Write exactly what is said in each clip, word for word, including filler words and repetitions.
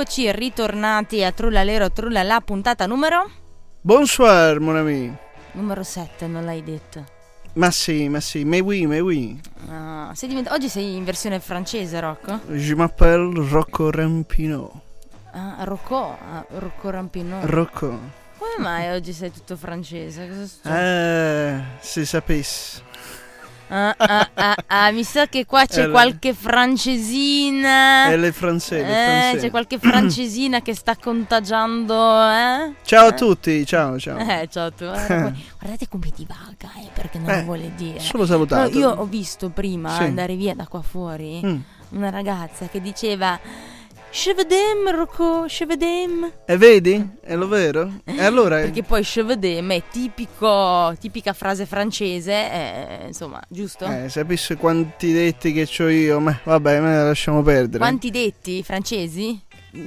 eccoci ritornati a Trullalero Trullala, puntata numero? Bonsoir, mon ami. Numero sette, non l'hai detto. Ma sì, ma sì, mais oui, mais oui. Ah, sei divent- oggi sei in versione francese, Rocco? Je m'appelle Rocco Rampino. Ah, Rocco, ah, Rocco Rampino. Rocco. Come mai oggi sei tutto francese? Cosa succede? Eh, se sapessi. Ah, ah, ah, ah, mi sa che qua c'è Eh, qualche francesina. E le francesi, le Eh, francesi. c'è qualche francesina che sta contagiando, eh? Ciao Eh? a tutti, ciao, ciao. Eh, ciao tu. Guarda, guardate come divaga, eh, perché non Eh, lo vuole dire. Solo salutato. Però io ho visto prima Sì. andare via da qua fuori Mm. una ragazza che diceva Chevedem, Rocco, Chevedem. E vedi? È lo vero? E allora... Perché poi Chevedem è tipico, tipica frase francese, eh, insomma, giusto? Eh, sapessi quanti detti che c'ho io, ma vabbè, me la lasciamo perdere. Quanti detti francesi?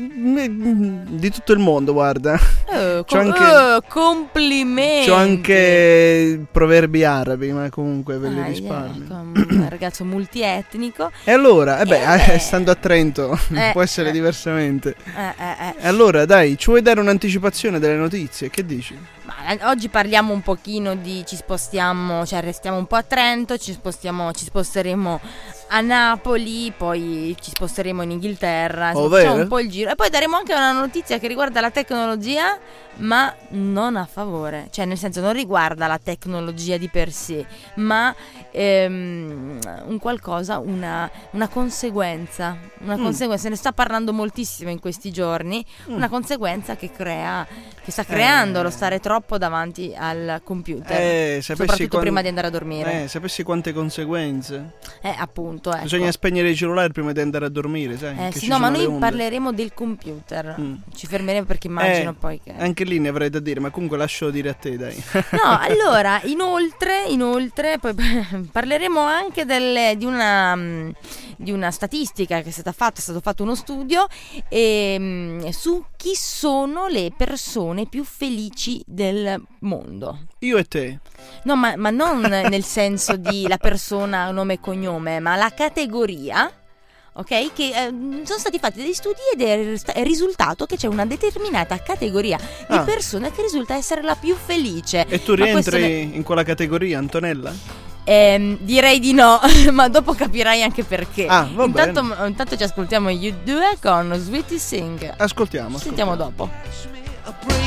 Di tutto il mondo, guarda. Oh, C'ho com- anche- oh, complimenti. C'ho anche proverbi arabi, ma comunque ve li Ah, risparmio. ecco, un ragazzo multietnico. E allora, eh beh, Eh, eh, stando a Trento, eh, può essere eh. diversamente. Eh, eh, eh. E allora, dai, ci vuoi dare un'anticipazione delle notizie? Che dici? Ma, eh, oggi parliamo un pochino di, ci spostiamo, cioè restiamo un po' a Trento, ci spostiamo, ci sposteremo a Napoli, poi ci sposteremo in Inghilterra, insomma, Ovvero? facciamo un po' il giro e poi daremo anche una notizia che riguarda la tecnologia, ma non a favore, cioè nel senso non riguarda la tecnologia di per sé, ma ehm, un qualcosa, una, una conseguenza, una Mm. conseguenza, se ne sta parlando moltissimo in questi giorni, Mm. una conseguenza che crea, che sta creando Eh. lo stare troppo davanti al computer, Eh, sapessi soprattutto quan- prima di andare a dormire. Eh, sapessi quante conseguenze. Eh, appunto, ecco. Bisogna spegnere i cellulari prima di andare a dormire, sai? Eh, che sì, ci no, ma sono le noi onde. parleremo del computer. Mm. Ci fermeremo perché immagino Eh, poi che. Anche lì ne avrei da dire, ma comunque lascio dire a te, dai. No, allora, inoltre, inoltre, poi parleremo anche delle- di, una, mm, di una statistica che è stata fatta, è stato fatto uno studio ehm, su chi sono le persone più felici del mondo. Io e te. No, ma, ma non nel senso di la persona, nome e cognome, ma la categoria. Ok, che eh, sono stati fatti degli studi ed è, ris- è risultato che c'è una determinata categoria di Ah. persone che risulta essere la più felice. E tu Ma rientri questo ne- in quella categoria, Antonella? Ehm, direi di no, ma dopo capirai anche perché. Ah, va intanto, bene. intanto ci ascoltiamo You due con Sweetie Sing. Ascoltiamo. Ci sentiamo ascoltiamo. dopo.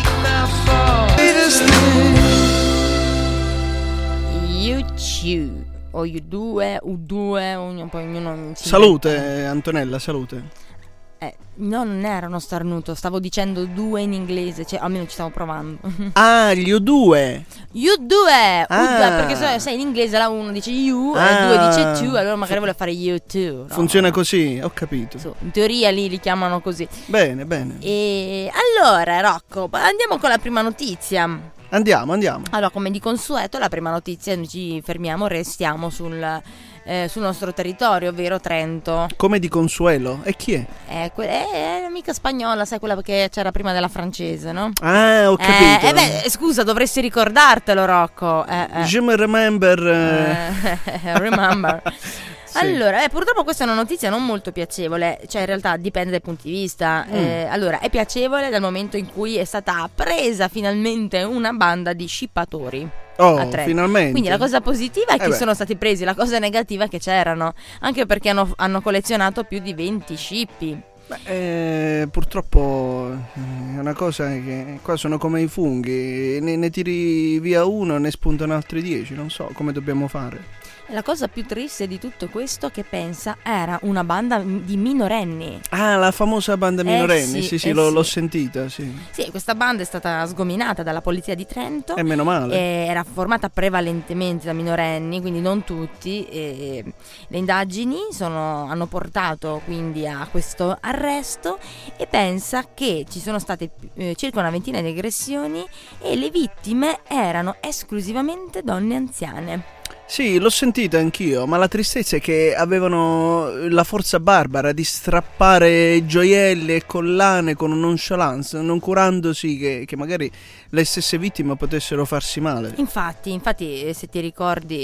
You two o You due, U due, ognuno, poi ognuno si Salute, Antonella, salute. Eh, no, non era uno starnuto, stavo dicendo due in inglese, cioè almeno ci stavo provando. Ah, gli U due. You due, Ah. U due, perché se- sai in inglese la uno dice you e Ah. il due dice two, allora magari vuole fare you two. No, Funziona no. così, ho capito. Su, in teoria lì li chiamano così. Bene, bene. E allora, Rocco, andiamo con la prima notizia. Andiamo, andiamo. Allora, come di consueto, la prima notizia, noi ci fermiamo, restiamo sul, eh, sul nostro territorio, ovvero Trento. Come di consuelo. E chi è? È, que- è amica spagnola, sai quella che c'era prima della francese, no? Ah, ho capito. Eh, eh beh, scusa, dovresti ricordartelo, Rocco. Eh, eh. Je me remember. eh, Eh, remember. Sì. Allora, eh, purtroppo questa è una notizia non molto piacevole, cioè in realtà dipende dai punti di vista. Mm. Eh, allora, è piacevole dal momento in cui è stata presa finalmente una banda di scippatori. Oh, a Trento. finalmente. Quindi la cosa positiva è che Eh beh. sono stati presi, la cosa negativa è che c'erano, anche perché hanno, hanno collezionato più di venti scippi. Beh, eh, purtroppo eh, è una cosa che qua sono come i funghi, ne, ne tiri via uno e ne spuntano altri dieci, non so come dobbiamo fare. La cosa più triste di tutto questo che pensa era una banda di minorenni. Ah, la famosa banda Eh, minorenni, sì, sì sì, eh, l'ho, sì. l'ho sentita, sì. Sì, questa banda è stata sgominata dalla polizia di Trento. E meno male. Eh, era formata prevalentemente da minorenni, quindi non tutti. E le indagini sono, hanno portato quindi a questo arresto e pensa che ci sono state eh, circa una ventina di aggressioni e le vittime erano esclusivamente donne anziane. Sì, l'ho sentita anch'io, ma la tristezza è che avevano la forza barbara di strappare gioielli e collane con nonchalance, non curandosi che, che magari le stesse vittime potessero farsi male. Infatti, infatti, eh, se ti ricordi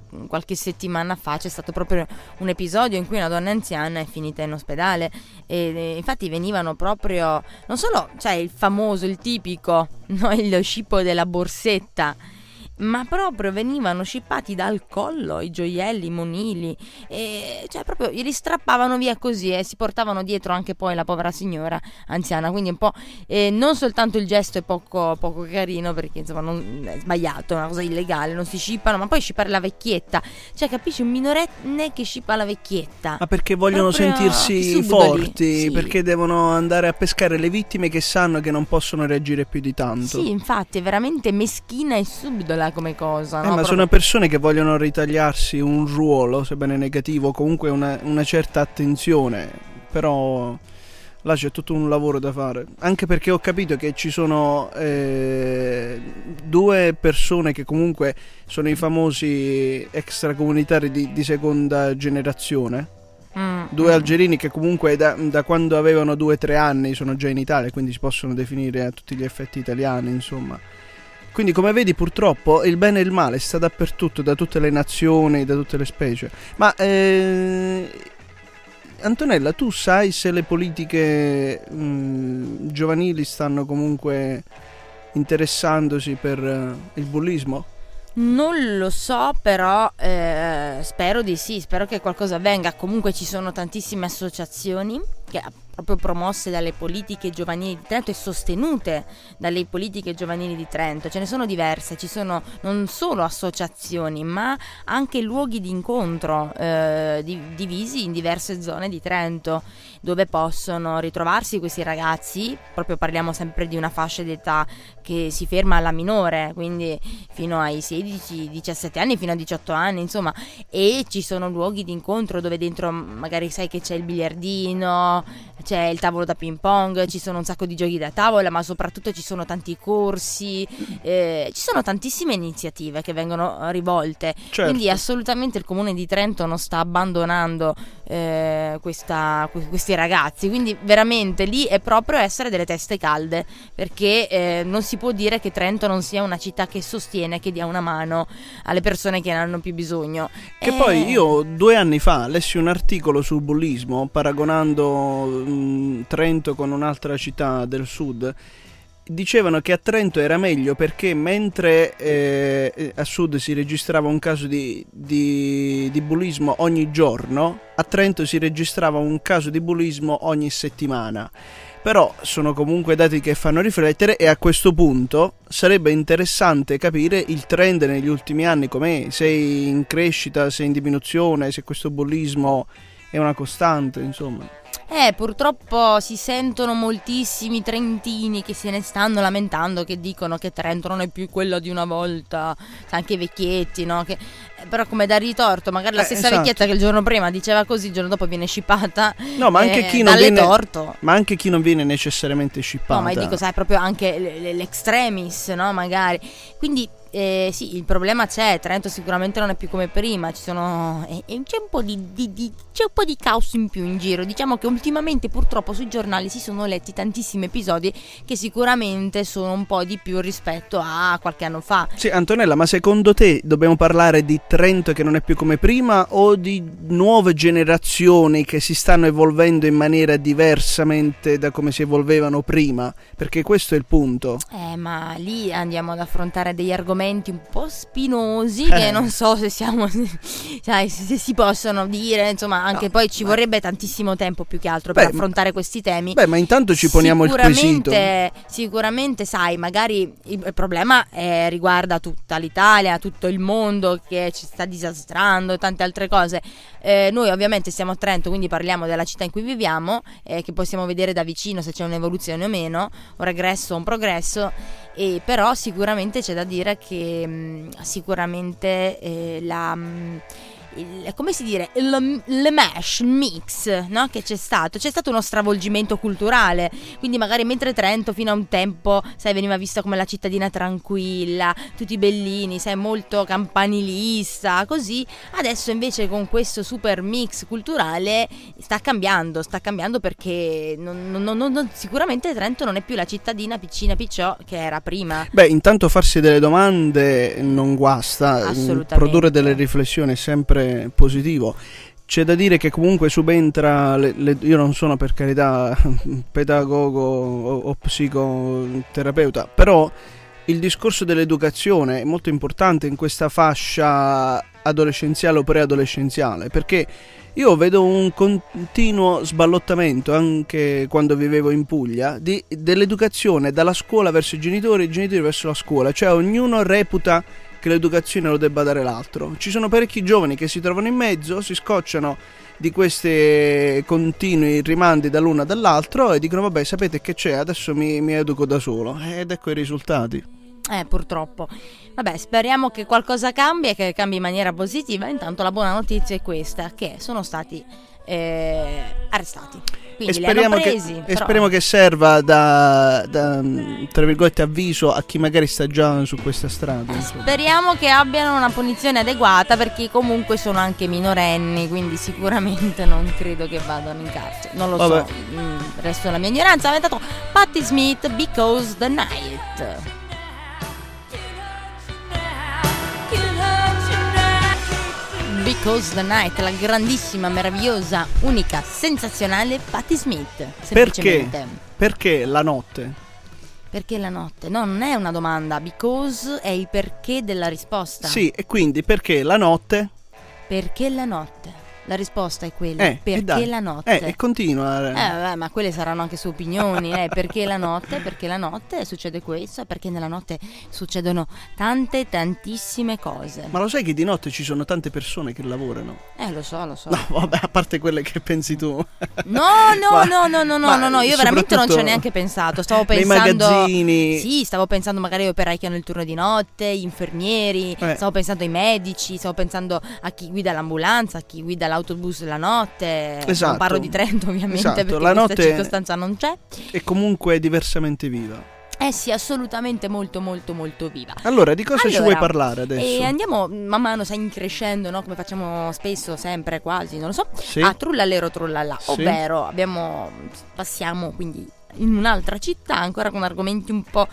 qualche settimana fa c'è stato proprio un episodio in cui una donna anziana è finita in ospedale e, e infatti venivano proprio, non solo, cioè il famoso, il tipico, no, il scippo della borsetta, ma proprio venivano scippati dal collo i gioielli, i monili, e cioè proprio li strappavano via così e si portavano dietro anche poi la povera signora anziana, quindi un po' eh, non soltanto il gesto è poco, poco carino, perché insomma non, è sbagliato, è una cosa illegale, non si scippano, ma poi scippare la vecchietta, cioè capisci, un minorenne che scippa la vecchietta, ma perché vogliono proprio sentirsi subdoli, forti, sì. Perché devono andare a pescare le vittime che sanno che non possono reagire più di tanto. Sì, infatti è veramente meschina e subdola come cosa, Eh, no? ma Proprio... sono persone che vogliono ritagliarsi un ruolo, sebbene negativo, comunque una, una certa attenzione, però là c'è tutto un lavoro da fare, anche perché ho capito che ci sono eh, due persone che comunque sono i famosi extracomunitari di, di seconda generazione, mm, due mm. algerini che comunque da, da quando avevano due o tre anni sono già in Italia, quindi si possono definire a tutti gli effetti italiani, insomma. Quindi come vedi purtroppo il bene e il male sta dappertutto, da tutte le nazioni, da tutte le specie. Ma eh, Antonella, tu sai se le politiche mh, giovanili stanno comunque interessandosi per uh, il bullismo? Non lo so, però eh, spero di sì, spero che qualcosa avvenga. Comunque ci sono tantissime associazioni che proprio promosse dalle politiche giovanili di Trento e sostenute dalle politiche giovanili di Trento. Ce ne sono diverse, ci sono non solo associazioni ma anche luoghi di incontro eh, divisi in diverse zone di Trento, dove possono ritrovarsi questi ragazzi. Proprio parliamo sempre di una fascia d'età che si ferma alla minore, quindi fino ai sedici diciassette anni, fino a diciotto anni, insomma, e ci sono luoghi di incontro dove dentro magari sai che c'è il biliardino, c'è il tavolo da ping pong, ci sono un sacco di giochi da tavola, ma soprattutto ci sono tanti corsi, eh, ci sono tantissime iniziative che vengono rivolte, certo. Quindi assolutamente il comune di Trento non sta abbandonando eh, questa, questi ragazzi, quindi veramente lì è proprio essere delle teste calde, perché eh, non si può dire che Trento non sia una città che sostiene, che dia una mano alle persone che ne hanno più bisogno. Che eh... poi io due anni fa lessi un articolo sul bullismo paragonando mh, Trento con un'altra città del sud. Dicevano che a Trento era meglio perché mentre eh, a sud si registrava un caso di, di, di bullismo ogni giorno, a Trento si registrava un caso di bullismo ogni settimana. Però sono comunque dati che fanno riflettere, e a questo punto sarebbe interessante capire il trend negli ultimi anni com'è, se è in crescita, se è in diminuzione, se questo bullismo è una costante, insomma. Eh, purtroppo si sentono moltissimi trentini che se ne stanno lamentando, che dicono che Trento non è più quella di una volta, anche i vecchietti, no? Che, però come dar ritorto, magari la eh, stessa esatto. vecchietta che il giorno prima diceva così, il giorno dopo viene scippata. No, ma anche eh, chi non viene torto. Ma anche chi non viene necessariamente scippata. No, ma io dico, sai, proprio anche l'extremis, no? Magari. Quindi Eh, sì, il problema c'è, Trento sicuramente non è più come prima, ci sono eh, c'è un po' di, di, di c'è un po' di caos in più in giro. Diciamo che ultimamente purtroppo sui giornali si sono letti tantissimi episodi che sicuramente sono un po' di più rispetto a qualche anno fa. Sì, Antonella, ma secondo te dobbiamo parlare di Trento che non è più come prima o di nuove generazioni che si stanno evolvendo in maniera diversamente da come si evolvevano prima? Perché questo è il punto. Eh, ma lì andiamo ad affrontare degli argomenti un po' spinosi eh. che non so se siamo sai, se, se si possono dire, insomma, anche no, poi ci ma... vorrebbe tantissimo tempo più che altro beh, per affrontare ma... questi temi. Beh, ma intanto ci poniamo il quesito. Sicuramente, sai, magari il, il problema eh, riguarda tutta l'Italia, tutto il mondo che ci sta disastrando e tante altre cose. Eh, noi ovviamente siamo a Trento, quindi parliamo della città in cui viviamo, eh, che possiamo vedere da vicino se c'è un'evoluzione o meno, un regresso o un progresso, e però sicuramente c'è da dire che mh, sicuramente eh, la, mh, il, come si dire, il, il mesh, il mix, no? Che c'è stato, c'è stato uno stravolgimento culturale, quindi magari mentre Trento fino a un tempo, sai, veniva vista come la cittadina tranquilla, tutti bellini, sai, molto campanilista, così, adesso invece con questo super mix culturale sta cambiando, sta cambiando perché non, non, non, non, sicuramente Trento non è più la cittadina piccina picciò che era prima. Beh, intanto farsi delle domande non guasta, produrre delle riflessioni è sempre positivo. C'è da dire che comunque subentra, le, le, io non sono per carità pedagogo o, o psicoterapeuta, però il discorso dell'educazione è molto importante in questa fascia adolescenziale o preadolescenziale, perché io vedo un continuo sballottamento, anche quando vivevo in Puglia, di, dell'educazione dalla scuola verso i genitori e i genitori verso la scuola, cioè ognuno reputa che l'educazione lo debba dare l'altro. Ci sono parecchi giovani che si trovano in mezzo, si scocciano di questi continui rimandi dall'uno dall'altro e dicono vabbè, sapete che c'è, adesso mi, mi educo da solo, ed ecco i risultati. Eh, purtroppo. Vabbè, speriamo che qualcosa cambi e che cambi in maniera positiva. Intanto la buona notizia è questa, che sono stati eh, arrestati. Quindi e speriamo, li hanno presi, che, però... e speriamo che serva da, da, tra virgolette, avviso a chi magari sta già su questa strada. Insomma. Speriamo che abbiano una punizione adeguata, perché comunque sono anche minorenni, quindi sicuramente non credo che vadano in carcere. Non lo Vabbè. so, mm, resto nella mia ignoranza. Ha inventato Patti Smith, Because the Night. Because the Night, la grandissima, meravigliosa, unica, sensazionale Patti Smith. Perché? Perché la notte? Perché la notte? No, non è una domanda. Because è il perché della risposta. Sì, e quindi perché la notte? Perché la notte? La risposta è quella, eh, perché la notte. Eh, e continua. Eh, vabbè, ma quelle saranno anche sue opinioni, eh. Perché la notte? Perché la notte succede questo, perché nella notte succedono tante, tantissime cose. Ma lo sai che di notte ci sono tante persone che lavorano? Eh, lo so, lo so. No, vabbè, a parte quelle che pensi tu. No, no, ma, no, no, no, no, no, no, io veramente non ci ho neanche pensato. Stavo pensando... Nei magazzini... Sì, stavo pensando magari ai operai che hanno il turno di notte, gli infermieri, eh. stavo pensando ai medici, stavo pensando a chi guida l'ambulanza, a chi guida l'autobus la notte. Esatto. Non parlo di Trento ovviamente, esatto. perché la questa notte circostanza non c'è. E comunque è diversamente viva. Eh sì, assolutamente molto molto molto viva. Allora, di cosa allora, ci vuoi parlare adesso? E andiamo man mano, sai, in crescendo, no? Come facciamo spesso, sempre, quasi, non lo so, sì. a trullallero trullallà, sì. ovvero abbiamo, passiamo quindi in un'altra città, ancora con argomenti un po'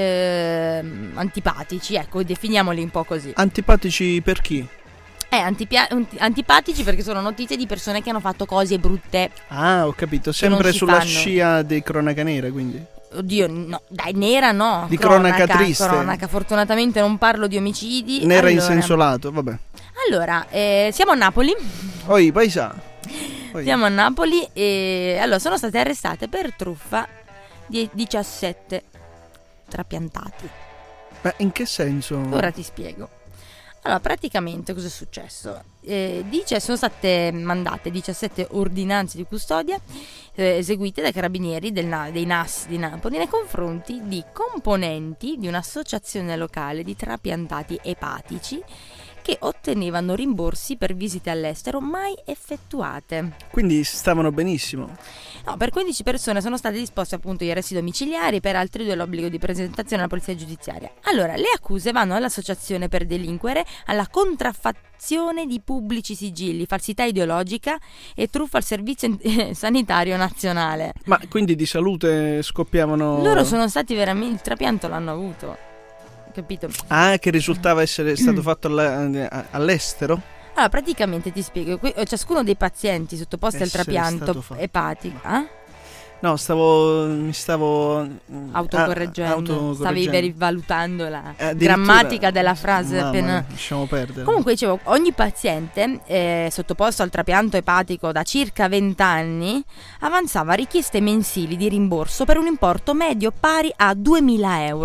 eh, antipatici, ecco, definiamoli un po' così. Antipatici per chi? Eh, antipia- antipatici perché sono notizie di persone che hanno fatto cose brutte. Ah, ho capito, sempre sulla fanno. scia di cronaca nera, quindi. Oddio, no, dai, nera no. Di cronaca, cronaca triste. Cronaca, fortunatamente non parlo di omicidi. Nera allora, in senso lato, vabbè. Allora, eh, siamo a Napoli. Oi, paesà. Oi. Siamo a Napoli e allora sono state arrestate per truffa di diciassette trapiantati. Ma in che senso? Ora ti spiego. Allora, praticamente cosa è successo? Eh, dice, sono state mandate diciassette ordinanze di custodia eh, eseguite dai carabinieri del Na- dei N A S di Napoli nei confronti di componenti di un'associazione locale di trapiantati epatici che ottenevano rimborsi per visite all'estero mai effettuate. Quindi stavano benissimo. No, per quindici persone sono stati disposti appunto gli arresti domiciliari, per altri due l'obbligo di presentazione alla polizia giudiziaria. Allora, le accuse vanno all'associazione per delinquere, alla contraffazione di pubblici sigilli, falsità ideologica e truffa al servizio sanitario nazionale. Ma quindi di salute scoppiavano... Loro sono stati veramente... il trapianto l'hanno avuto. Capito? Ah, che risultava essere stato fatto all'estero? Allora, praticamente ti spiego, ciascuno dei pazienti sottoposti essere al trapianto epatico, eh? No, stavo mi stavo autocorreggendo, autocorreggendo. Stavi valutando la grammatica della frase mamma, appena. Lasciamo perdere. Comunque dicevo, ogni paziente eh, sottoposto al trapianto epatico da circa venti anni avanzava richieste mensili di rimborso per un importo medio pari a duemila euro.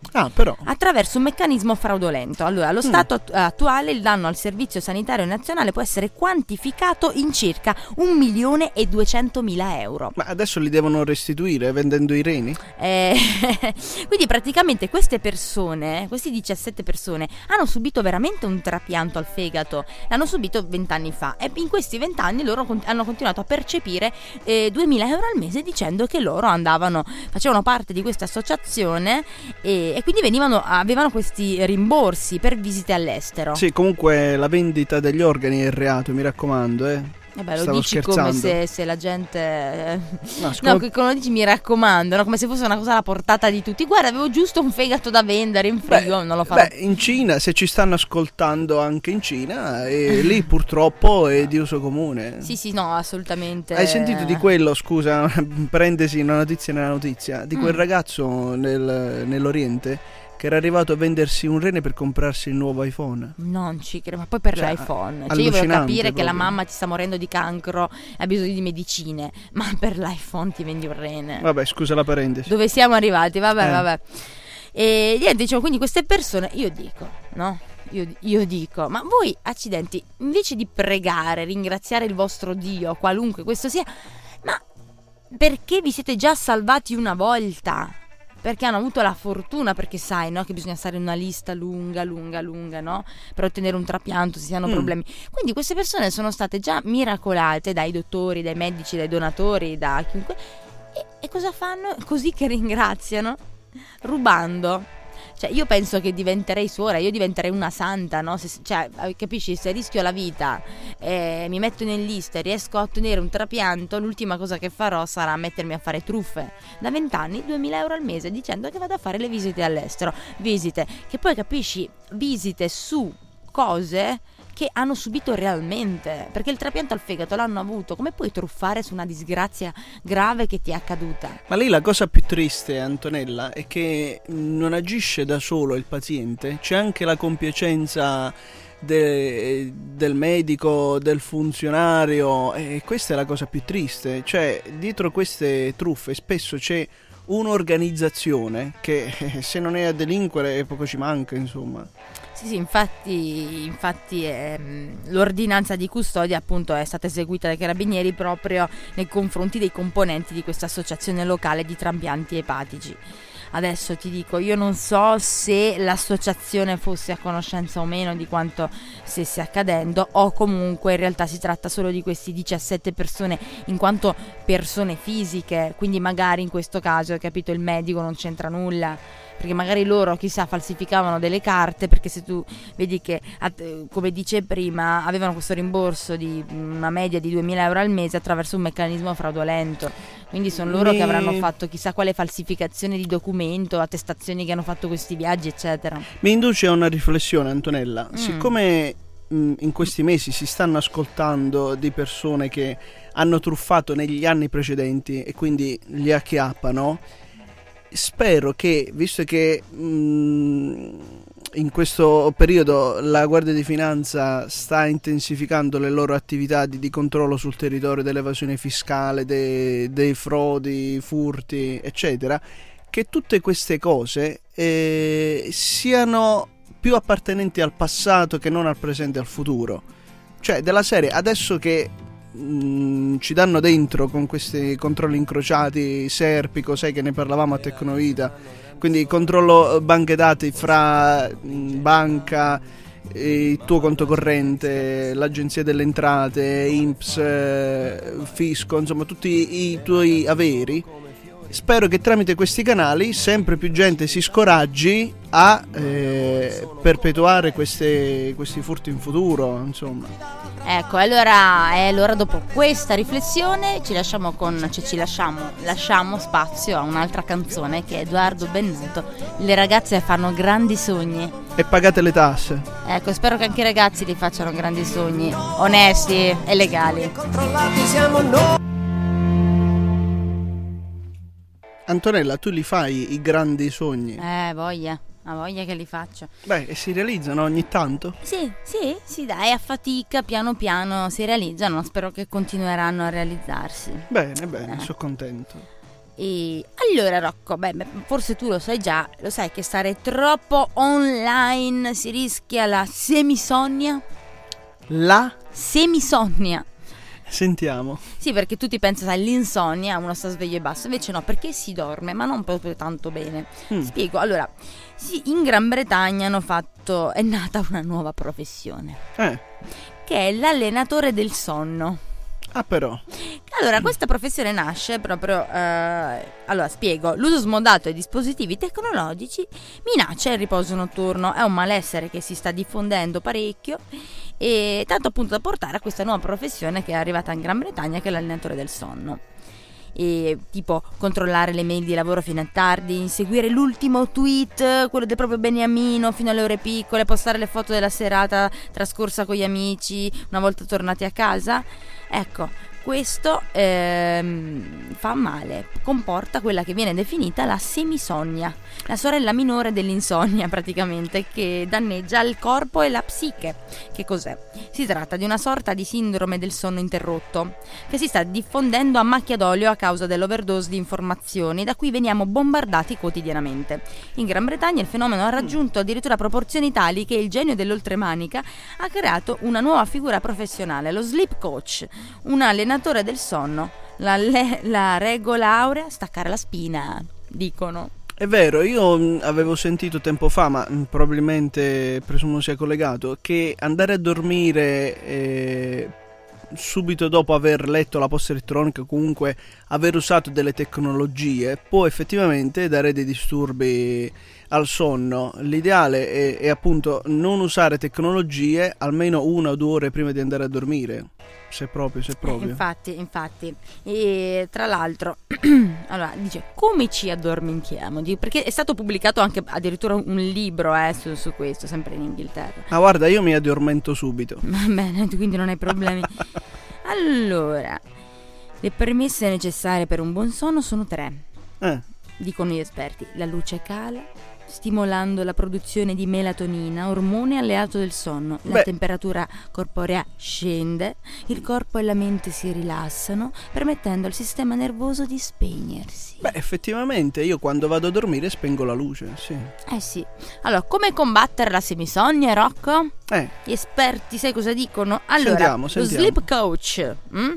Ah, però. Attraverso un meccanismo fraudolento. Allora, allo mm. stato att- attuale il danno al Servizio Sanitario Nazionale può essere quantificato in circa un milione e duecentomila euro. Ma adesso li devono restituire vendendo i reni? Eh, quindi praticamente queste persone, questi diciassette persone, hanno subito veramente un trapianto al fegato. L'hanno subito vent'anni fa e in questi vent'anni loro con- hanno continuato a percepire eh, duemila euro al mese, dicendo che loro andavano, facevano parte di questa associazione e, e quindi venivano, avevano questi rimborsi per visite all'estero. Sì, comunque la vendita degli organi è reato, mi raccomando, eh. Eh beh, lo Stavo dici scherzando. come se, se la gente No, no, che come lo dici mi raccomando, no? Come se fosse una cosa alla portata di tutti. Guarda, avevo giusto un fegato da vendere in frigo, beh, non lo farò. Beh, in Cina, se ci stanno ascoltando anche in Cina, e lì purtroppo è di uso comune. Sì, sì, no, assolutamente. Hai sentito di quello, scusa, parentesi, una notizia nella notizia, di quel Mm. ragazzo nel, nell'Oriente che era arrivato a vendersi un rene per comprarsi il nuovo iPhone? Non ci credo, ma poi per Cioè, l'iPhone. Cioè, io voglio allucinante capire che la proprio. mamma ti sta morendo di cancro, ha bisogno di medicine, ma per l'iPhone ti vendi un rene. Vabbè, scusa la parentesi. Dove siamo arrivati? Vabbè, Eh. vabbè. E niente, diciamo, quindi queste persone, io dico, no? Io, io dico, ma voi, accidenti, invece di pregare, ringraziare il vostro Dio, qualunque questo sia, ma perché vi siete già salvati una volta? Perché hanno avuto la fortuna, perché sai, no, che bisogna stare in una lista lunga, lunga, lunga, no? Per ottenere un trapianto, se si hanno Mm. problemi. Quindi queste persone sono state già miracolate dai dottori, dai medici, dai donatori, da chiunque. E, e cosa fanno? Così che ringraziano? Rubando. Cioè, io penso che diventerei suora, io diventerei una santa, no? Se, cioè, capisci? Se rischio la vita, eh, mi metto in lista e riesco a ottenere un trapianto, l'ultima cosa che farò sarà mettermi a fare truffe. Da vent'anni, duemila euro al mese, dicendo che vado a fare le visite all'estero. Visite, che poi capisci, visite su cose che hanno subito realmente, perché il trapianto al fegato l'hanno avuto. Come puoi truffare su una disgrazia grave che ti è accaduta? Ma lì la cosa più triste, Antonella, è che non agisce da solo il paziente, c'è anche la compiacenza de- del medico, del funzionario, e questa è la cosa più triste. Cioè, dietro queste truffe spesso c'è un'organizzazione che eh, se non è a delinquere poco ci manca, insomma. Sì, sì, infatti, infatti ehm, l'ordinanza di custodia appunto è stata eseguita dai carabinieri proprio nei confronti dei componenti di questa associazione locale di trapianti epatici. Adesso ti dico, io non so se l'associazione fosse a conoscenza o meno di quanto stesse accadendo, o comunque in realtà si tratta solo di questi diciassette persone in quanto persone fisiche, quindi magari in questo caso, hai capito, il medico non c'entra nulla, perché magari loro, chissà, falsificavano delle carte, perché se tu vedi che, come dice prima, avevano questo rimborso di una media di duemila euro al mese attraverso un meccanismo fraudolento, quindi sono loro Mi- che avranno fatto chissà quale falsificazione di documento, attestazioni che hanno fatto questi viaggi, eccetera. Mi induce a una riflessione, Antonella. Mm. Siccome mh, in questi mesi si stanno ascoltando di persone che hanno truffato negli anni precedenti e quindi li acchiappano, spero che, visto che mh, in questo periodo la Guardia di Finanza sta intensificando le loro attività di, di controllo sul territorio dell'evasione fiscale, dei, dei frodi, furti, eccetera, che tutte queste cose eh, siano più appartenenti al passato che non al presente e al futuro. Cioè, della serie, adesso che mh, ci danno dentro con questi controlli incrociati, Serpico, sai che ne parlavamo a Tecnovita, quindi controllo banche dati fra mh, banca, il tuo conto corrente, l'agenzia delle entrate, I N P S, eh, fisco, insomma tutti i tuoi averi. Spero che tramite questi canali sempre più gente si scoraggi a eh, perpetuare queste, questi furti in futuro, insomma. Ecco, allora, eh, allora dopo questa riflessione ci lasciamo con, cioè ci lasciamo, lasciamo spazio a un'altra canzone che è Edoardo Bennato, Le ragazze fanno grandi sogni. E pagate le tasse. Ecco, spero che anche i ragazzi li facciano grandi sogni, onesti e legali. Controllati siamo noi. Antonella, tu li fai i grandi sogni? Eh, voglia, ha voglia che li faccio. Beh, e si realizzano ogni tanto? Sì, sì, sì, dai, a fatica, piano piano si realizzano, spero che continueranno a realizzarsi. Bene, bene, Eh. sono contento. E allora Rocco, beh, forse tu lo sai già, lo sai che stare troppo online si rischia la semisonnia? La? Semisonnia. Sentiamo. Sì, perché tutti pensano all'insonnia, uno sta sveglio e basta, invece no, perché si dorme, ma non proprio tanto bene. Mm. Spiego, allora, sì, in Gran Bretagna hanno fatto, è nata una nuova professione, eh. che è l'allenatore del sonno. Ah, però. Allora, questa professione nasce proprio, eh, allora spiego, l'uso smodato ai dispositivi tecnologici minaccia il riposo notturno, è un malessere che si sta diffondendo parecchio, e tanto appunto da portare a questa nuova professione che è arrivata in Gran Bretagna, che è l'allenatore del sonno. E tipo controllare le mail di lavoro fino a tardi, inseguire l'ultimo tweet, quello del proprio beniamino fino alle ore piccole, postare le foto della serata trascorsa con gli amici una volta tornati a casa. Ecco, questo ehm, fa male, comporta quella che viene definita la semisonnia, la sorella minore dell'insonnia praticamente, che danneggia il corpo e la psiche. Che cos'è? Si tratta di una sorta di sindrome del sonno interrotto che si sta diffondendo a macchia d'olio a causa dell'overdose di informazioni da cui veniamo bombardati quotidianamente. In Gran Bretagna il fenomeno ha raggiunto addirittura proporzioni tali che il genio dell'oltremanica ha creato una nuova figura professionale, lo sleep coach, un allenatore del sonno. La, le- la regola aurea, staccare la spina, dicono. È vero, io avevo sentito tempo fa, ma probabilmente presumo sia collegato, che andare a dormire eh, subito dopo aver letto la posta elettronica, comunque aver usato delle tecnologie, può effettivamente dare dei disturbi al sonno. L'ideale è, è appunto non usare tecnologie almeno una o due ore prima di andare a dormire. Se proprio, se proprio. Eh, infatti, infatti. E tra l'altro, allora dice come ci addormentiamo? Perché è stato pubblicato anche addirittura un libro eh, su, su questo, sempre in Inghilterra. Ma guarda, io mi addormento subito. Va bene, quindi non hai problemi. Allora, le premesse necessarie per un buon sonno sono tre. Eh. Dicono gli esperti: la luce cala, stimolando la produzione di melatonina, ormone alleato del sonno. La Beh. temperatura corporea scende, il corpo e la mente si rilassano, permettendo al sistema nervoso di spegnersi. Beh, effettivamente io quando vado a dormire spengo la luce, sì. Eh sì. Allora, come combattere la semisonnia, Rocco? Eh. Gli esperti, sai cosa dicono? Allora, Sentiamo, lo sentiamo. sleep coach, hm?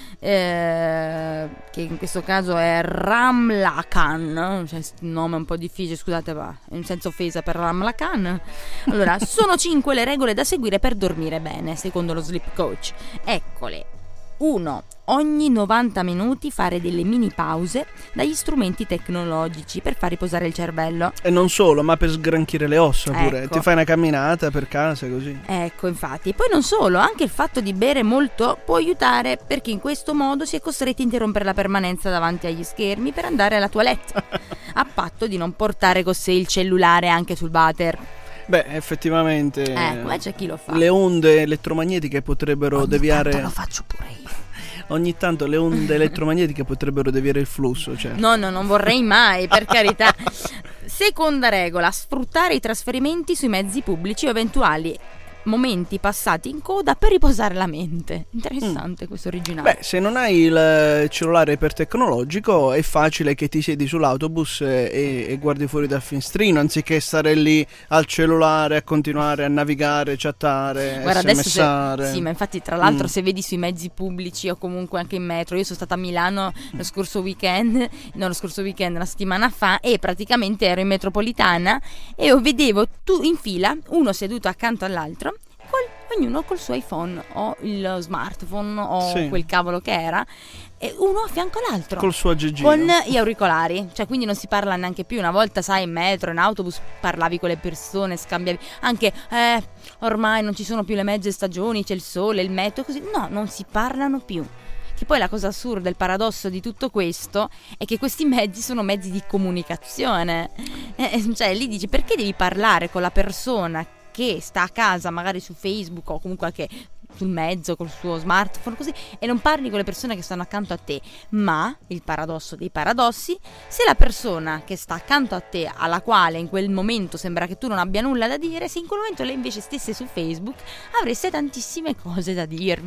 Eh, che in questo caso è Ramla Khan, cioè un nome un po' difficile, scusate, va, in senso offesa per Ramla Khan. Allora, sono cinque le regole da seguire per dormire bene, secondo lo sleep coach. Eccole. uno. Ogni novanta minuti fare delle mini pause dagli strumenti tecnologici per far riposare il cervello. E non solo, ma per sgranchire le ossa pure. Ecco. Ti fai una camminata per casa così. Ecco, infatti. E poi non solo, anche il fatto di bere molto può aiutare, perché in questo modo si è costretti a interrompere la permanenza davanti agli schermi per andare alla toilette, a patto di non portare con sé il cellulare anche sul water. Beh, effettivamente Ecco, ma c'è chi lo fa. le onde elettromagnetiche potrebbero Ogni deviare. tanto lo faccio pure io. Ogni tanto le onde elettromagnetiche potrebbero deviare il flusso, cioè. No, no, non vorrei mai, per carità. Seconda regola: sfruttare i trasferimenti sui mezzi pubblici o eventuali momenti passati in coda per riposare la mente. Interessante mm. questo originale. Beh, se non hai il cellulare ipertecnologico è facile che ti siedi sull'autobus e, e guardi fuori dal finestrino anziché stare lì al cellulare a continuare a navigare, chattare, Guarda, smsare. Se, sì, ma infatti tra l'altro mm. se vedi sui mezzi pubblici o comunque anche in metro, io sono stata a Milano lo scorso weekend, no lo scorso weekend, una settimana fa, e praticamente ero in metropolitana e io vedevo tu in fila, uno seduto accanto all'altro, Col, ognuno col suo iPhone o il smartphone o sì. quel cavolo che era, e uno a fianco all'altro col suo aggeggino, con gli auricolari, cioè quindi non si parla neanche più. Una volta, sai, in metro, in autobus parlavi con le persone, scambiavi anche eh, ormai non ci sono più le mezze stagioni, c'è il sole, il meteo, così. No, non si parlano più. Che poi la cosa assurda, il paradosso di tutto questo è che questi mezzi sono mezzi di comunicazione, eh, cioè lì dici, perché devi parlare con la persona che sta a casa magari su Facebook o comunque anche sul mezzo col suo smartphone così, e non parli con le persone che stanno accanto a te? Ma il paradosso dei paradossi, se la persona che sta accanto a te, alla quale in quel momento sembra che tu non abbia nulla da dire, se in quel momento lei invece stesse su Facebook, avreste tantissime cose da dirvi.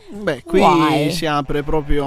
Beh, qui Why? si apre proprio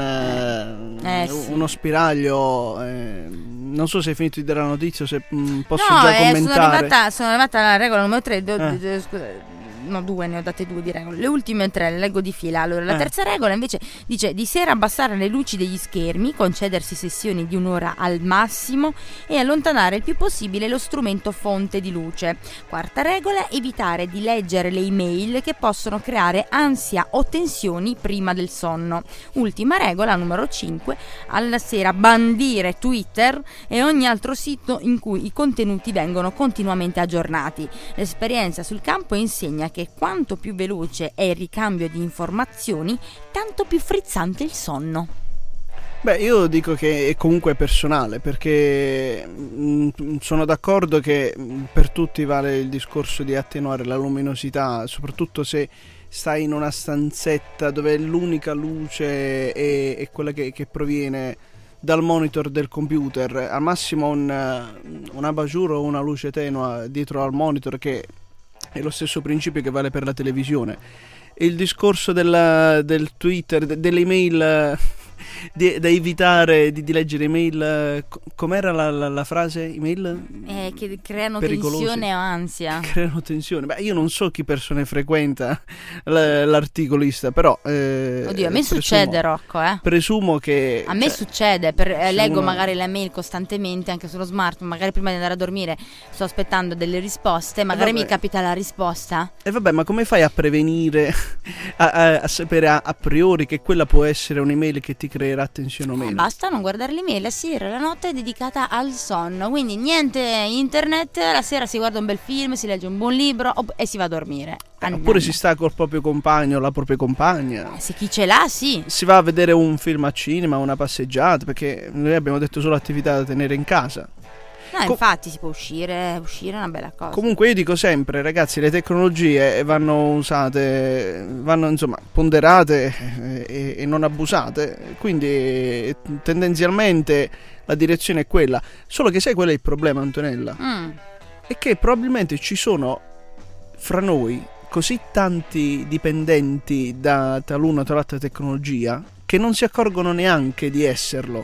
un, Eh, sì. uno spiraglio. Eh, non so se hai finito di dare la notizia o se mh, posso no, già eh, commentare. sono arrivata, sono arrivata alla regola numero tre. Do, Eh. do, scusa, no, due, ne ho date due di regole. Le ultime tre le leggo di fila. Allora, la Eh. terza regola invece dice di sera abbassare le luci degli schermi, concedersi sessioni di un'ora al massimo e allontanare il più possibile lo strumento fonte di luce. Quarta regola, evitare di leggere le email che possono creare ansia o tensioni prima del sonno. Ultima regola, numero cinque, alla sera bandire Twitter e ogni altro sito in cui i contenuti vengono continuamente aggiornati. L'esperienza sul campo insegna che quanto più veloce è il ricambio di informazioni, tanto più frizzante il sonno. Beh, io dico che è comunque personale, perché mh, sono d'accordo che mh, per tutti vale il discorso di attenuare la luminosità, soprattutto se stai in una stanzetta dove l'unica luce è, è quella che, che proviene dal monitor del computer. Al massimo un, un abajur o una luce tenue dietro al monitor, che è lo stesso principio che vale per la televisione. Il discorso della, del Twitter, de, delle email di, da evitare di, di leggere email, com'era la, la, la frase? Email? Eh, che creano Pericolosi. tensione o ansia. Creano tensione. Beh, io non so chi persone frequenta l- l'articolista, però eh, Oddio, a me presumo, succede, Rocco, eh. Presumo che A me cioè, succede, per, eh, se leggo uno- magari le mail costantemente anche sullo smartphone, magari prima di andare a dormire sto aspettando delle risposte, magari vabbè. mi capita la risposta. E vabbè, ma come fai a prevenire, a, a, a sapere a, a priori che quella può essere un'email che ti creerà tensione o Eh, meno? basta non guardare l'email, la sera, la notte è dedicata al sonno, quindi niente internet, la sera si guarda un bel film, si legge un buon libro opp- e si va a dormire. Eh, Oppure si sta col proprio compagno o la propria compagna. Se chi ce l'ha, sì. Si va a vedere un film a cinema, una passeggiata, perché noi abbiamo detto solo attività da tenere in casa. No, Co- infatti si può uscire, uscire è una bella cosa. Comunque io dico sempre, ragazzi, le tecnologie vanno usate, vanno insomma ponderate e, e non abusate, quindi eh, tendenzialmente la direzione è quella. Solo che sai qual è il problema, Antonella? Mm. È che probabilmente ci sono fra noi così tanti dipendenti da taluna o tal'altra tecnologia che non si accorgono neanche di esserlo.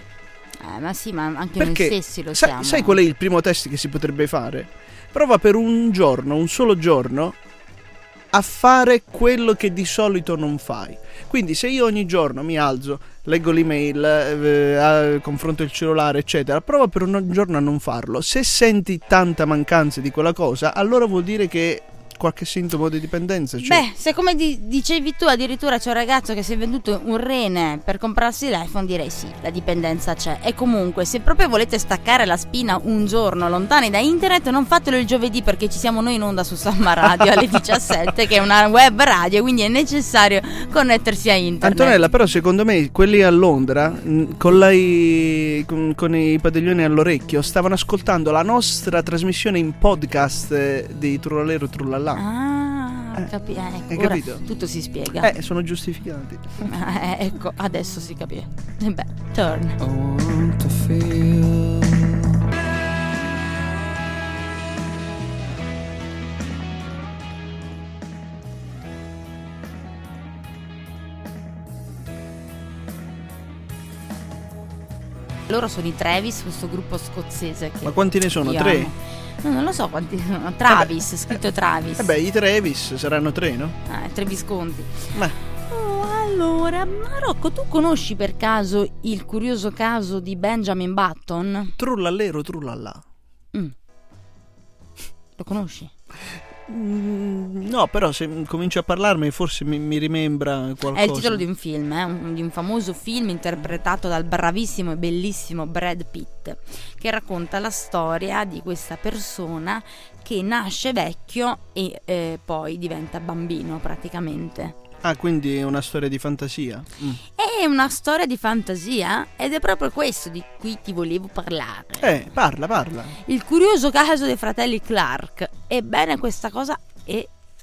Eh, ma sì, ma anche Perché noi stessi lo sai, siamo. sai qual è il primo test che si potrebbe fare? Prova per un giorno, un solo giorno, a fare quello che di solito non fai. Quindi se io ogni giorno mi alzo, leggo l'email, eh, confronto il cellulare, eccetera, prova per un giorno a non farlo. Se senti tanta mancanza di quella cosa, allora vuol dire che qualche sintomo di dipendenza c'è. Beh, se come di- dicevi tu, addirittura c'è un ragazzo che si è venduto un rene per comprarsi l'iPhone, direi sì, la dipendenza c'è. E comunque, se proprio volete staccare la spina un giorno lontani da internet, non fatelo il giovedì, perché ci siamo noi in onda su Samba Radio alle diciassette, che è una web radio, quindi è necessario connettersi a internet. Antonella, però secondo me quelli a Londra mh, con, la i- con, con i padiglioni all'orecchio stavano ascoltando la nostra trasmissione in podcast eh, di Trullalero Trullallà. Ah, Eh, capi- eh, ecco, hai ora capito? tutto si spiega. Eh, sono giustificati. Eh, ecco, adesso si capisce. Eh beh, turn. I want to feel Loro sono i Travis, questo gruppo scozzese che Ma quanti ne sono? io Tre? amo. No, non lo so quanti sono. Travis, scritto Travis. Eh beh, i Travis saranno tre, no? Ah, tre Visconti. Ma Oh, allora, Marocco, tu conosci per caso il curioso caso di Benjamin Button? Trullallero Trullallà. Mm. Lo conosci? Mm, no, però se cominci a parlarmi forse mi, mi rimembra qualcosa. È il titolo di un film, eh? un, di un famoso film interpretato dal bravissimo e bellissimo Brad Pitt, che racconta la storia di questa persona che nasce vecchio e eh, poi diventa bambino praticamente. Ah, quindi è una storia di fantasia. Mm. È una storia di fantasia ed è proprio questo di cui ti volevo parlare. Eh, parla, parla. Il curioso caso dei fratelli Clark. Ebbene, questa cosa è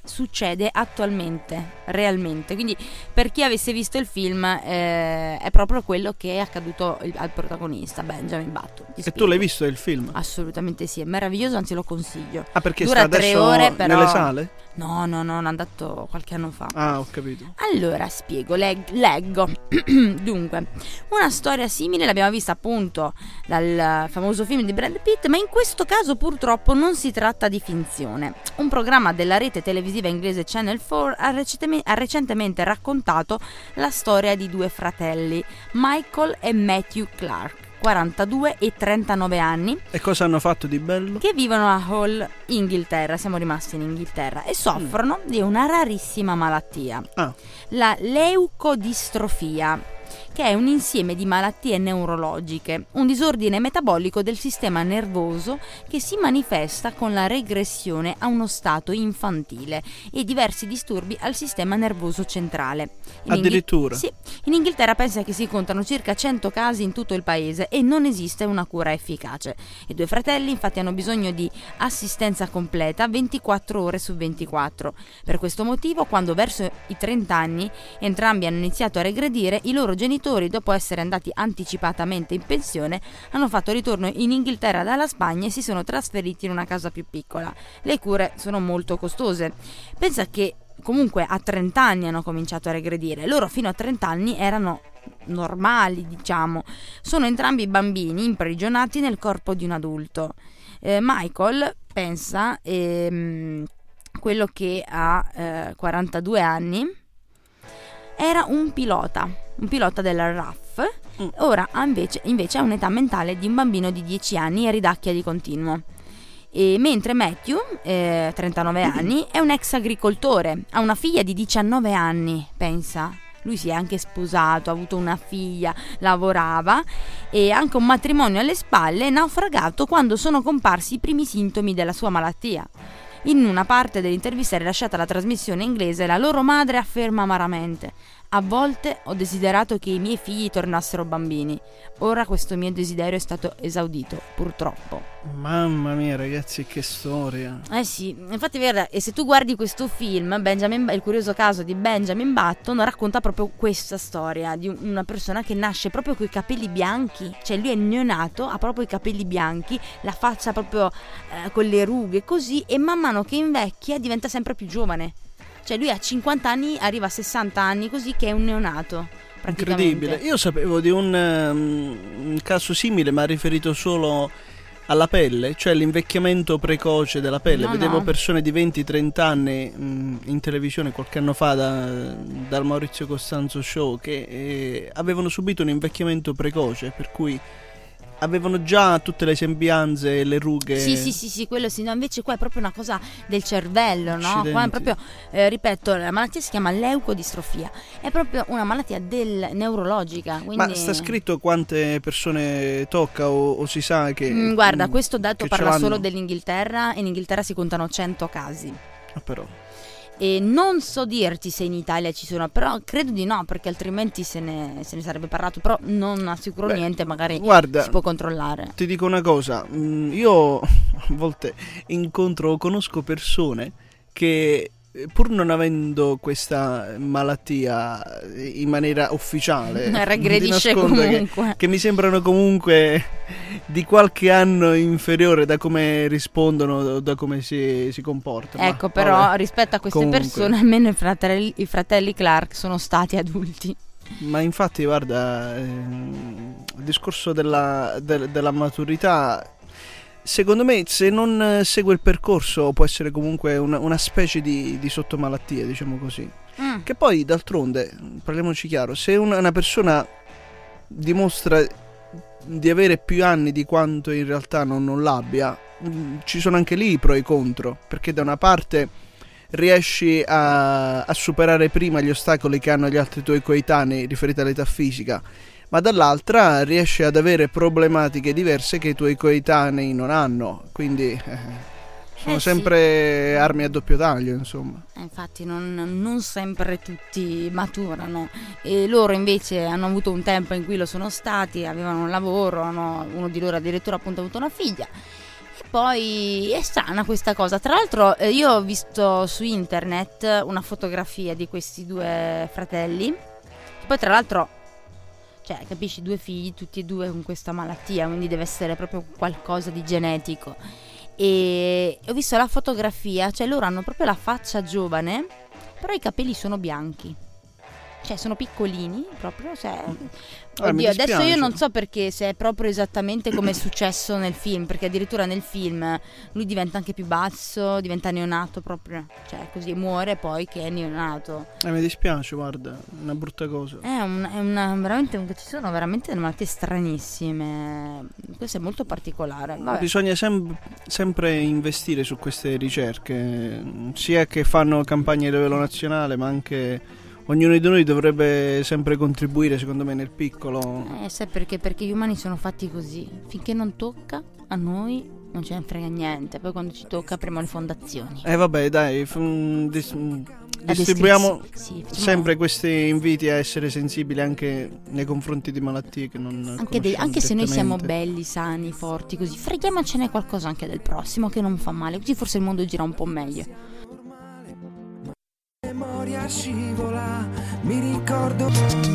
succede attualmente, realmente. Quindi per chi avesse visto il film eh, è proprio quello che è accaduto il, al protagonista Benjamin Button. Ti E spiego. tu l'hai visto il film? Assolutamente sì, è meraviglioso, anzi lo consiglio. Ah, perché Dura sta tre adesso ore, però... nelle sale? No, no, no, è andato qualche anno fa. Ah, ho capito. Allora, spiego, leg- leggo. Dunque, una storia simile l'abbiamo vista appunto dal famoso film di Brad Pitt, ma in questo caso purtroppo non si tratta di finzione. Un programma della rete televisiva inglese Channel quattro ha, receteme- ha recentemente raccontato la storia di due fratelli, Michael e Matthew Clark, quarantadue e trentanove anni, E cosa hanno fatto di bello? che vivono a Hull, Inghilterra, siamo rimasti in Inghilterra, e soffrono mm. di una rarissima malattia, Ah. la leucodistrofia, che è un insieme di malattie neurologiche, un disordine metabolico del sistema nervoso che si manifesta con la regressione a uno stato infantile e diversi disturbi al sistema nervoso centrale. In Addirittura? Inghi- sì, in Inghilterra pensa che si contano circa cento casi in tutto il paese e non esiste una cura efficace. I due fratelli infatti hanno bisogno di assistenza completa ventiquattro ore su ventiquattro. Per questo motivo, quando verso i trenta anni entrambi hanno iniziato a regredire, i loro genitori, dopo essere andati anticipatamente in pensione, hanno fatto ritorno in Inghilterra dalla Spagna e si sono trasferiti in una casa più piccola. Le cure sono molto costose. Pensa che comunque a trenta anni hanno cominciato a regredire. Loro fino a trenta anni erano normali, diciamo. Sono entrambi bambini imprigionati nel corpo di un adulto. Eh, Michael, pensa, ehm, quello che ha eh, quarantadue anni, era un pilota, un pilota della R A F, mm. ora ha invece, invece ha un'età mentale di un bambino di dieci anni e ridacchia di continuo. E mentre Matthew, eh, trentanove anni, è un ex agricoltore, ha una figlia di diciannove anni, pensa. Lui si è anche sposato, ha avuto una figlia, lavorava e anche un matrimonio alle spalle, naufragato quando sono comparsi i primi sintomi della sua malattia. In una parte dell'intervista rilasciata alla trasmissione inglese, la loro madre afferma amaramente: a volte ho desiderato che i miei figli tornassero bambini. Ora questo mio desiderio è stato esaudito, purtroppo. Mamma mia, ragazzi, che storia. Eh sì, infatti guarda, e se tu guardi questo film, Benjamin, il curioso caso di Benjamin Button, racconta proprio questa storia di una persona che nasce proprio con i capelli bianchi. Cioè lui è neonato, ha proprio i capelli bianchi, la faccia proprio eh, con le rughe, così, e man mano che invecchia diventa sempre più giovane. Cioè lui a cinquanta anni arriva a sessanta anni, così che è un neonato. Incredibile. Io sapevo di un, um, un caso simile, ma riferito solo alla pelle, cioè l'invecchiamento precoce della pelle. No, Vedevo no. persone di venti trenta anni mh, in televisione qualche anno fa da, dal Maurizio Costanzo Show che eh, avevano subito un invecchiamento precoce, per cui avevano già tutte le sembianze e le rughe. Sì, sì, sì, sì, quello sì. No, invece qua è proprio una cosa del cervello, no? Accidenti. Qua è proprio, eh, ripeto, la malattia si chiama leucodistrofia. È proprio una malattia del neurologica. Quindi... Ma sta scritto quante persone tocca o, o si sa che... Mm, guarda, questo dato che parla ce solo l'hanno? dell'Inghilterra. In Inghilterra si contano cento casi. Ah, però. E non so dirti se in Italia ci sono, però credo di no, perché altrimenti se ne, se ne sarebbe parlato. Però non assicuro Beh, niente, magari guarda, si può controllare. Ti dico una cosa, mm, io a volte incontro o conosco persone che pur non avendo questa malattia in maniera ufficiale Regredisce comunque. che, che mi sembrano comunque di qualche anno inferiore da come rispondono, da come si, si comportano. Ecco, Ma, però vabbè, rispetto a queste comunque. persone, almeno i fratelli, i fratelli Clark sono stati adulti. Ma infatti guarda, ehm, il discorso della, de- della maturità, secondo me se non segue il percorso può essere comunque una, una specie di, di sottomalattia, diciamo così. Mm. Che poi d'altronde, parliamoci chiaro, se una, una persona dimostra di avere più anni di quanto in realtà non, non l'abbia, mh, ci sono anche lì i pro e i contro, perché da una parte riesci a, a superare prima gli ostacoli che hanno gli altri tuoi coetanei riferiti all'età fisica, ma dall'altra riesci ad avere problematiche diverse che i tuoi coetanei non hanno, quindi eh, sono Eh, sempre sì. armi a doppio taglio, insomma. Eh, infatti non, non sempre tutti maturano, e loro invece hanno avuto un tempo in cui lo sono stati, avevano un lavoro, hanno, uno di loro addirittura appunto avuto una figlia, e poi è strana questa cosa. Tra l'altro eh, io ho visto su internet una fotografia di questi due fratelli. Poi tra l'altro, cioè, capisci, due figli, tutti e due con questa malattia, quindi deve essere proprio qualcosa di genetico. E ho visto la fotografia, cioè loro hanno proprio la faccia giovane, però i capelli sono bianchi. Cioè sono piccolini proprio, cioè... Ah, Oddio, adesso io non so perché se è proprio esattamente come è successo nel film, perché addirittura nel film lui diventa anche più basso, diventa neonato proprio, cioè così muore poi che è neonato. Eh, mi dispiace, guarda, una brutta cosa. È, un, è una veramente, ci sono veramente delle malattie stranissime, questo è molto particolare. Vabbè. Bisogna sem- sempre investire su queste ricerche, sia che fanno campagne a livello nazionale, ma anche... Ognuno di noi dovrebbe sempre contribuire, secondo me, nel piccolo. Eh, sai perché? Perché gli umani sono fatti così. Finché non tocca a noi non ce ne frega niente. Poi quando ci tocca apriamo le fondazioni. Eh vabbè, dai, f- dis- distribuiamo sì, sempre questi inviti a essere sensibili anche nei confronti di malattie che non anche, dei, anche se noi siamo direttamente. belli, sani, forti, così freghiamocene qualcosa anche del prossimo che non fa male. Così forse il mondo gira un po' meglio. Memoria scivola, mi ricordo.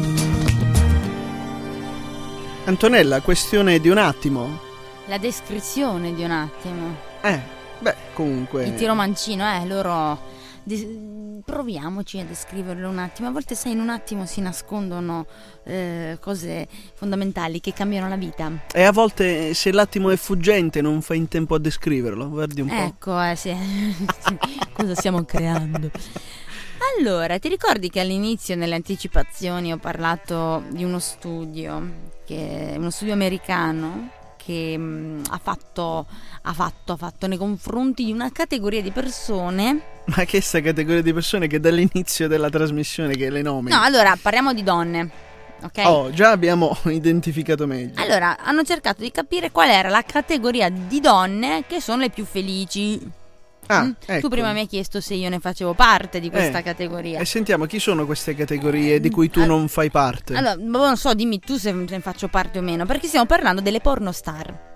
Antonella, questione di un attimo. La descrizione di un attimo. Eh, beh, comunque. Il tiro mancino, eh, loro de- proviamoci a descriverlo un attimo. A volte sai, in un attimo si nascondono eh, cose fondamentali che cambiano la vita. E a volte se l'attimo è fuggente non fai in tempo a descriverlo, guardi un po'. Ecco, eh, sì. Cosa stiamo creando? Allora, ti ricordi che all'inizio nelle anticipazioni ho parlato di uno studio, che è uno studio americano che mh, ha fatto, ha fatto, ha fatto nei confronti di una categoria di persone. Ma che sta categoria di persone che dall'inizio della trasmissione che le nomini? No, allora parliamo di donne, ok? Oh, già abbiamo identificato meglio. Allora, hanno cercato di capire qual era la categoria di donne che sono le più felici. Ah, Mm? ecco. Tu prima mi hai chiesto se io ne facevo parte di questa Eh, categoria. E sentiamo chi sono queste categorie di cui tu All- non fai parte. Allora, boh, non so, dimmi tu se ne faccio parte o meno, perché stiamo parlando delle pornostar.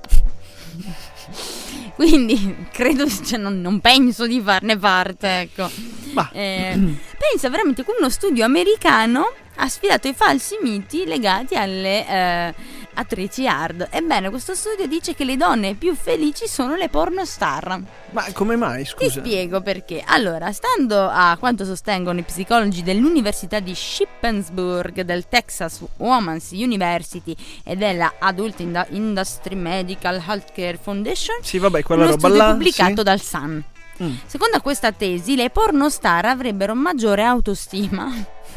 Quindi credo, cioè, non, non penso di farne parte, ecco. Ma Eh, pensa veramente che uno studio americano ha sfidato i falsi miti legati alle eh, attrici hard. Ebbene, questo studio dice che le donne più felici sono le pornostar. Ma come mai, Ti scusa? spiego perché. Allora, stando a quanto sostengono i psicologi dell'Università di Shippensburg, del Texas Women's University e della Adult Inda- Industry Medical Healthcare Foundation, Sì, vabbè, quella uno roba studio là, pubblicato sì. dal Sun. Mm. Secondo questa tesi, le pornostar avrebbero maggiore autostima,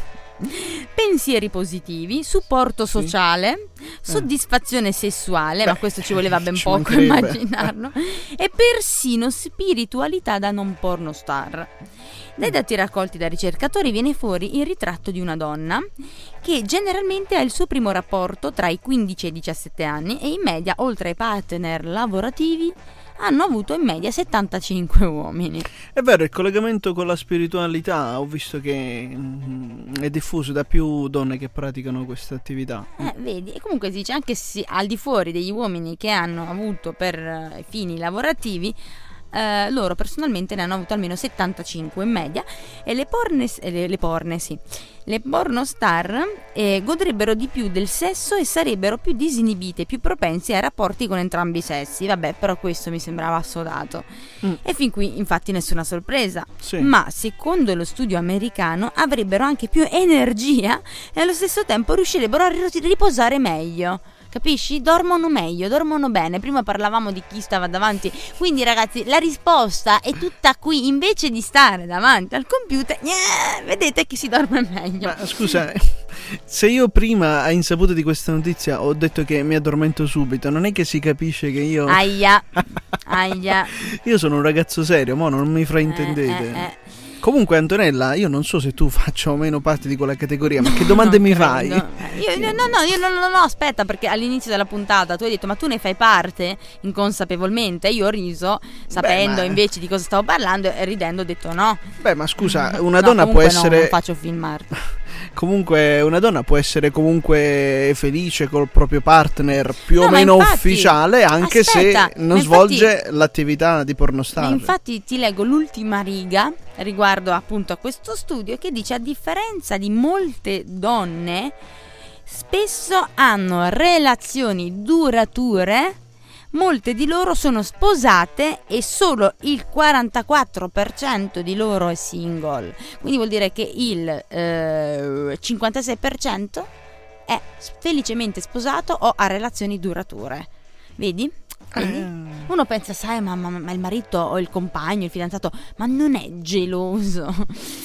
pensieri positivi, supporto sociale, soddisfazione sessuale, Beh, ma questo ci voleva ben ci poco mancherebbe. immaginarlo, e persino spiritualità da non pornostar. Dai dati raccolti dai ricercatori viene fuori il ritratto di una donna che generalmente ha il suo primo rapporto tra i quindici e i diciassette anni e in media, oltre ai partner lavorativi, hanno avuto in media settantacinque uomini. È vero, il collegamento con la spiritualità ho visto che mm, è diffuso da più donne che praticano questa attività. Eh, vedi, e comunque si dice anche se al di fuori degli uomini che hanno avuto per eh, fini lavorativi, eh, loro personalmente ne hanno avuto almeno settantacinque in media, e le porne, eh, le, le porne sì, le pornostar eh, godrebbero di più del sesso e sarebbero più disinibite, più propensi ai rapporti con entrambi i sessi. Vabbè, però questo mi sembrava assodato. Mm. E fin qui infatti nessuna sorpresa. Sì. Ma secondo lo studio americano avrebbero anche più energia e allo stesso tempo riuscirebbero a ri- riposare meglio. Capisci? Dormono meglio, dormono bene. Prima parlavamo di chi stava davanti. Quindi ragazzi, la risposta è tutta qui. Invece di stare davanti al computer, eh, vedete che si dorme meglio. Ma scusa, se io prima a insaputa di questa notizia ho detto che mi addormento subito, non è che si capisce che io Aia, aia. io sono un ragazzo serio, mo non mi fraintendete. Eh, eh, eh. Comunque Antonella, io non so se tu faccia o meno parte di quella categoria, ma che domande Non mi credo. fai? Io, io- no, no, io non, no, no, aspetta, perché all'inizio della puntata tu hai detto ma tu ne fai parte inconsapevolmente, e io ho riso sapendo ma- invece di cosa stavo parlando, e ridendo ho detto no. Beh, ma scusa, una No, donna può comunque no, essere non faccio filmare. comunque una donna può essere comunque felice col proprio partner più no, o meno infatti, ufficiale, anche aspetta, se non infatti, svolge l'attività di pornostar. Infatti ti leggo l'ultima riga riguardo appunto a questo studio che dice: a differenza di molte donne, spesso hanno relazioni durature. Molte di loro sono sposate e solo il quarantaquattro per cento di loro è single. Quindi vuol dire che il eh, cinquantasei per cento è felicemente sposato o ha relazioni durature. Vedi? Quindi uno pensa, sai, ma, ma, ma il marito o il compagno, il fidanzato, ma non è geloso.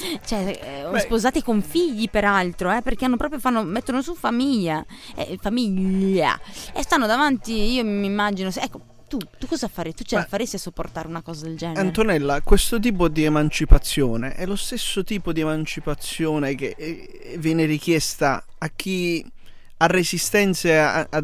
Cioè, eh, sposati con figli peraltro, eh, perché hanno proprio fanno, mettono su famiglia, eh, famiglia e stanno davanti, io mi immagino, ecco, tu, tu cosa faresti? Tu ce la faresti a sopportare una cosa del genere? Antonella, questo tipo di emancipazione è lo stesso tipo di emancipazione che eh, viene richiesta a chi ha resistenze a, ad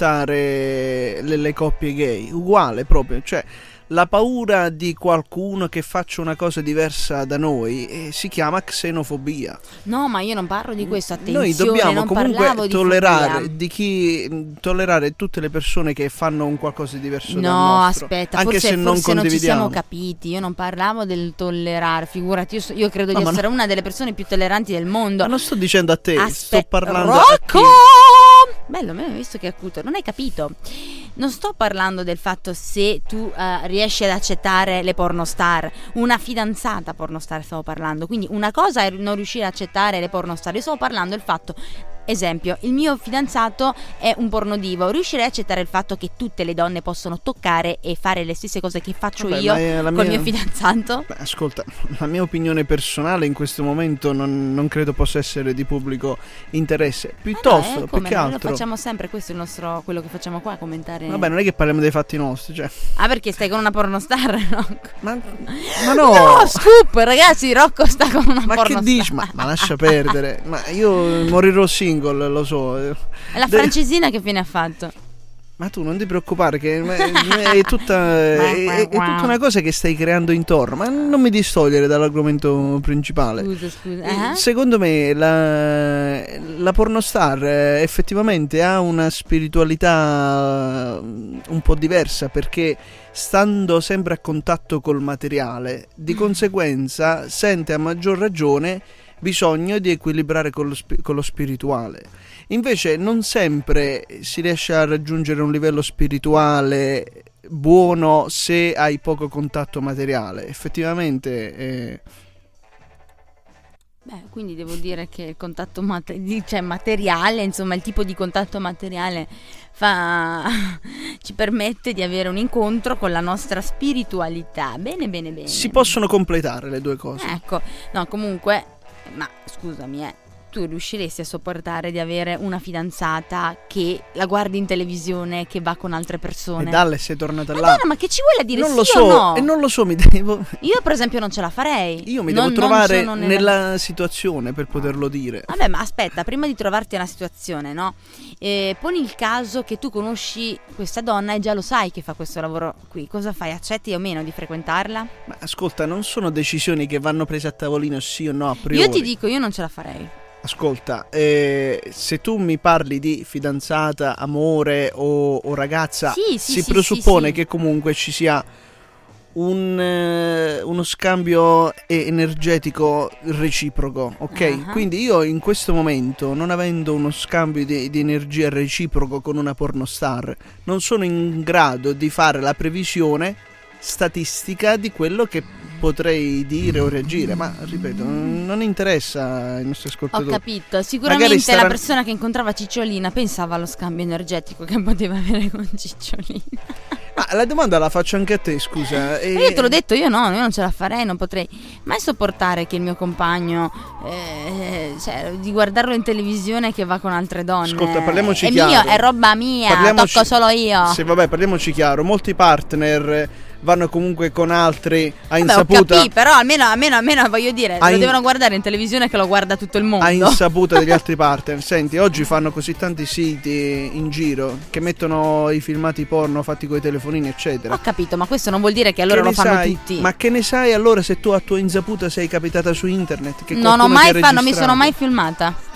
accettare le, le coppie gay, uguale proprio, cioè la paura di qualcuno che faccia una cosa diversa da noi eh, si chiama xenofobia. No, ma io non parlo di questo, attenzione, noi dobbiamo non comunque di tollerare fobia. di chi tollerare tutte le persone che fanno un qualcosa di diverso no, dal nostro. aspetta, anche forse, se non forse non ci condividiamo. siamo capiti. Io non parlavo del tollerare, figurati, io, so, io credo no, di essere no. una delle persone più tolleranti del mondo. Ma non sto dicendo a te, Aspe- sto parlando Rocco! a chi. Bello, mi hai visto che è acuto, non hai capito. Non sto parlando del fatto se tu uh, riesci ad accettare le pornostar, una fidanzata pornostar stavo parlando, quindi una cosa è non riuscire ad accettare le pornostar, io stavo parlando del fatto, esempio, il mio fidanzato è un pornodivo, riuscirei a accettare il fatto che tutte le donne possono toccare e fare le stesse cose che faccio Vabbè, io col mia... mio fidanzato? Beh, ascolta, la mia opinione personale in questo momento non, non credo possa essere di pubblico interesse, piuttosto, ah, no, eh, come più che noi altro lo facciamo sempre, questo è il nostro, quello che facciamo qua, commentare. Vabbè, non è che parliamo dei fatti nostri, cioè. Ah, perché stai con una pornostar, Rocco? Ma, ma no! No, scoop, ragazzi, Rocco sta con una ma pornostar. che dici? Ma, ma lascia perdere. Ma io morirò single, lo so. E la francesina che fine ha fatto? Ma tu non ti preoccupare che è tutta, è, è tutta una cosa che stai creando intorno. Ma non mi distogliere dall'argomento principale. Scusa, scusa. Uh-huh. Secondo me la, la pornostar effettivamente ha una spiritualità un po' diversa, perché stando sempre a contatto col materiale, di conseguenza sente a maggior ragione bisogno di equilibrare con lo, spi- con lo spirituale. Invece non sempre si riesce a raggiungere un livello spirituale buono se hai poco contatto materiale. Effettivamente eh... Beh, quindi devo dire che il contatto mate- cioè materiale, insomma il tipo di contatto materiale fa ci permette di avere un incontro con la nostra spiritualità. Bene, bene, bene. Si possono completare le due cose. Ecco, no, comunque, ma scusami, eh, tu riusciresti a sopportare di avere una fidanzata che la guardi in televisione, che va con altre persone? E Dalle sei tornata là. Madonna, ma che ci vuole a dire? Non sì lo so, o no? e non lo so, mi devo... Io per esempio non ce la farei. Io mi non, devo trovare non nella... nella situazione per poterlo dire. Vabbè, ma aspetta, prima di trovarti una situazione, no? Eh, poni il caso che tu conosci questa donna e già lo sai che fa questo lavoro qui. Cosa fai? Accetti o meno di frequentarla? Ma ascolta, non sono decisioni che vanno prese a tavolino sì o no a priori. Io ti dico, io non ce la farei. Ascolta, eh, se tu mi parli di fidanzata, amore o, o ragazza, sì, sì, si sì, presuppone sì, sì. che comunque ci sia un, eh, uno scambio energetico reciproco, ok? Uh-huh. Quindi io in questo momento, non avendo uno scambio di, di energia reciproco con una pornostar, non sono in grado di fare la previsione statistica di quello che potrei dire o reagire, ma ripeto, non interessa ai nostri ascoltatori. Ho capito, sicuramente staranno... la persona che incontrava Cicciolina pensava allo scambio energetico che poteva avere con Cicciolina. Ma la domanda la faccio anche a te, scusa. E... Io te l'ho detto, io no, io non ce la farei, non potrei mai sopportare che il mio compagno, eh, cioè, di guardarlo in televisione che va con altre donne. Ascolta, parliamoci è chiaro. È mio, è roba mia, parliamoci... tocco solo io. Sì, vabbè, parliamoci chiaro, molti partner vanno comunque con altri a Vabbè, insaputa. Ho capito, però almeno, almeno, almeno voglio dire, a lo in... devono guardare in televisione che lo guarda tutto il mondo. A insaputa degli altri partner. Senti, oggi fanno così tanti siti in giro che mettono i filmati porno fatti con i telefonini, eccetera. Ho capito, ma questo non vuol dire che allora che lo fanno sai, tutti. Ma che ne sai allora se tu a tua insaputa sei capitata su internet? Che non ho qualcuno mai ti ha fatto, non mi registrato? sono mai filmata.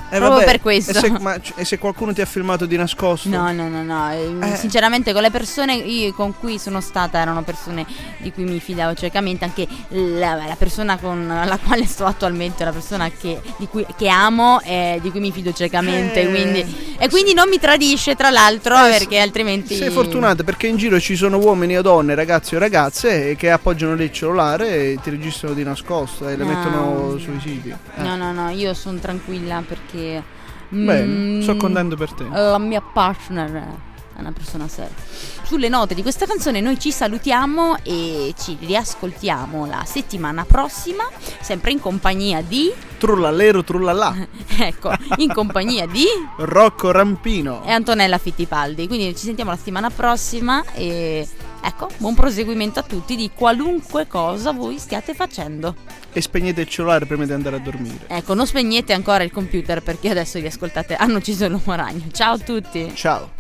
Eh, proprio vabbè, per questo. E se, ma, e se qualcuno ti ha filmato di nascosto? No, no, no, no. Eh. Sinceramente con le persone io, con cui sono stata erano persone di cui mi fidavo ciecamente. Anche la, la persona con la quale sto attualmente è una persona che, di cui, che amo e di cui mi fido ciecamente. Eh. Quindi, e quindi non mi tradisce, tra l'altro, Eh, perché altrimenti... Sei fortunata perché in giro ci sono uomini o donne, ragazzi o ragazze che appoggiano lì il cellulare e ti registrano di nascosto e le No. mettono sui siti. Eh. No, no, no, io sono tranquilla perché... Bene, mm, sono contento per te. La mia partner è una persona seria. Sulle note di questa canzone noi ci salutiamo e ci riascoltiamo la settimana prossima, sempre in compagnia di... Trullallero trullallà. ecco, in compagnia di... Rocco Rampino e Antonella Fittipaldi. Quindi ci sentiamo la settimana prossima e ecco, buon proseguimento a tutti di qualunque cosa voi stiate facendo. e spegnete il cellulare prima di andare a dormire. Ecco, non spegnete ancora il computer perché adesso vi ascoltate Hanno ucciso l'uomo ragno. Ciao a tutti. Ciao.